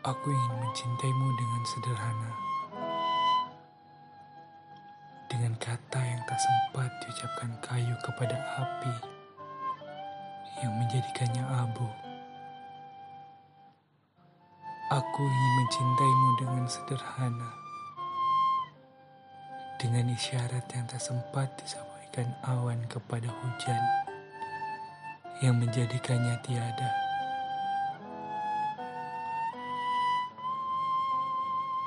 Aku ingin mencintaimu dengan sederhana, dengan kata yang tak sempat diucapkan kayu kepada api yang menjadikannya abu. Aku ingin mencintaimu dengan sederhana, dengan isyarat yang tak sempat disampaikan awan kepada hujan yang menjadikannya tiada.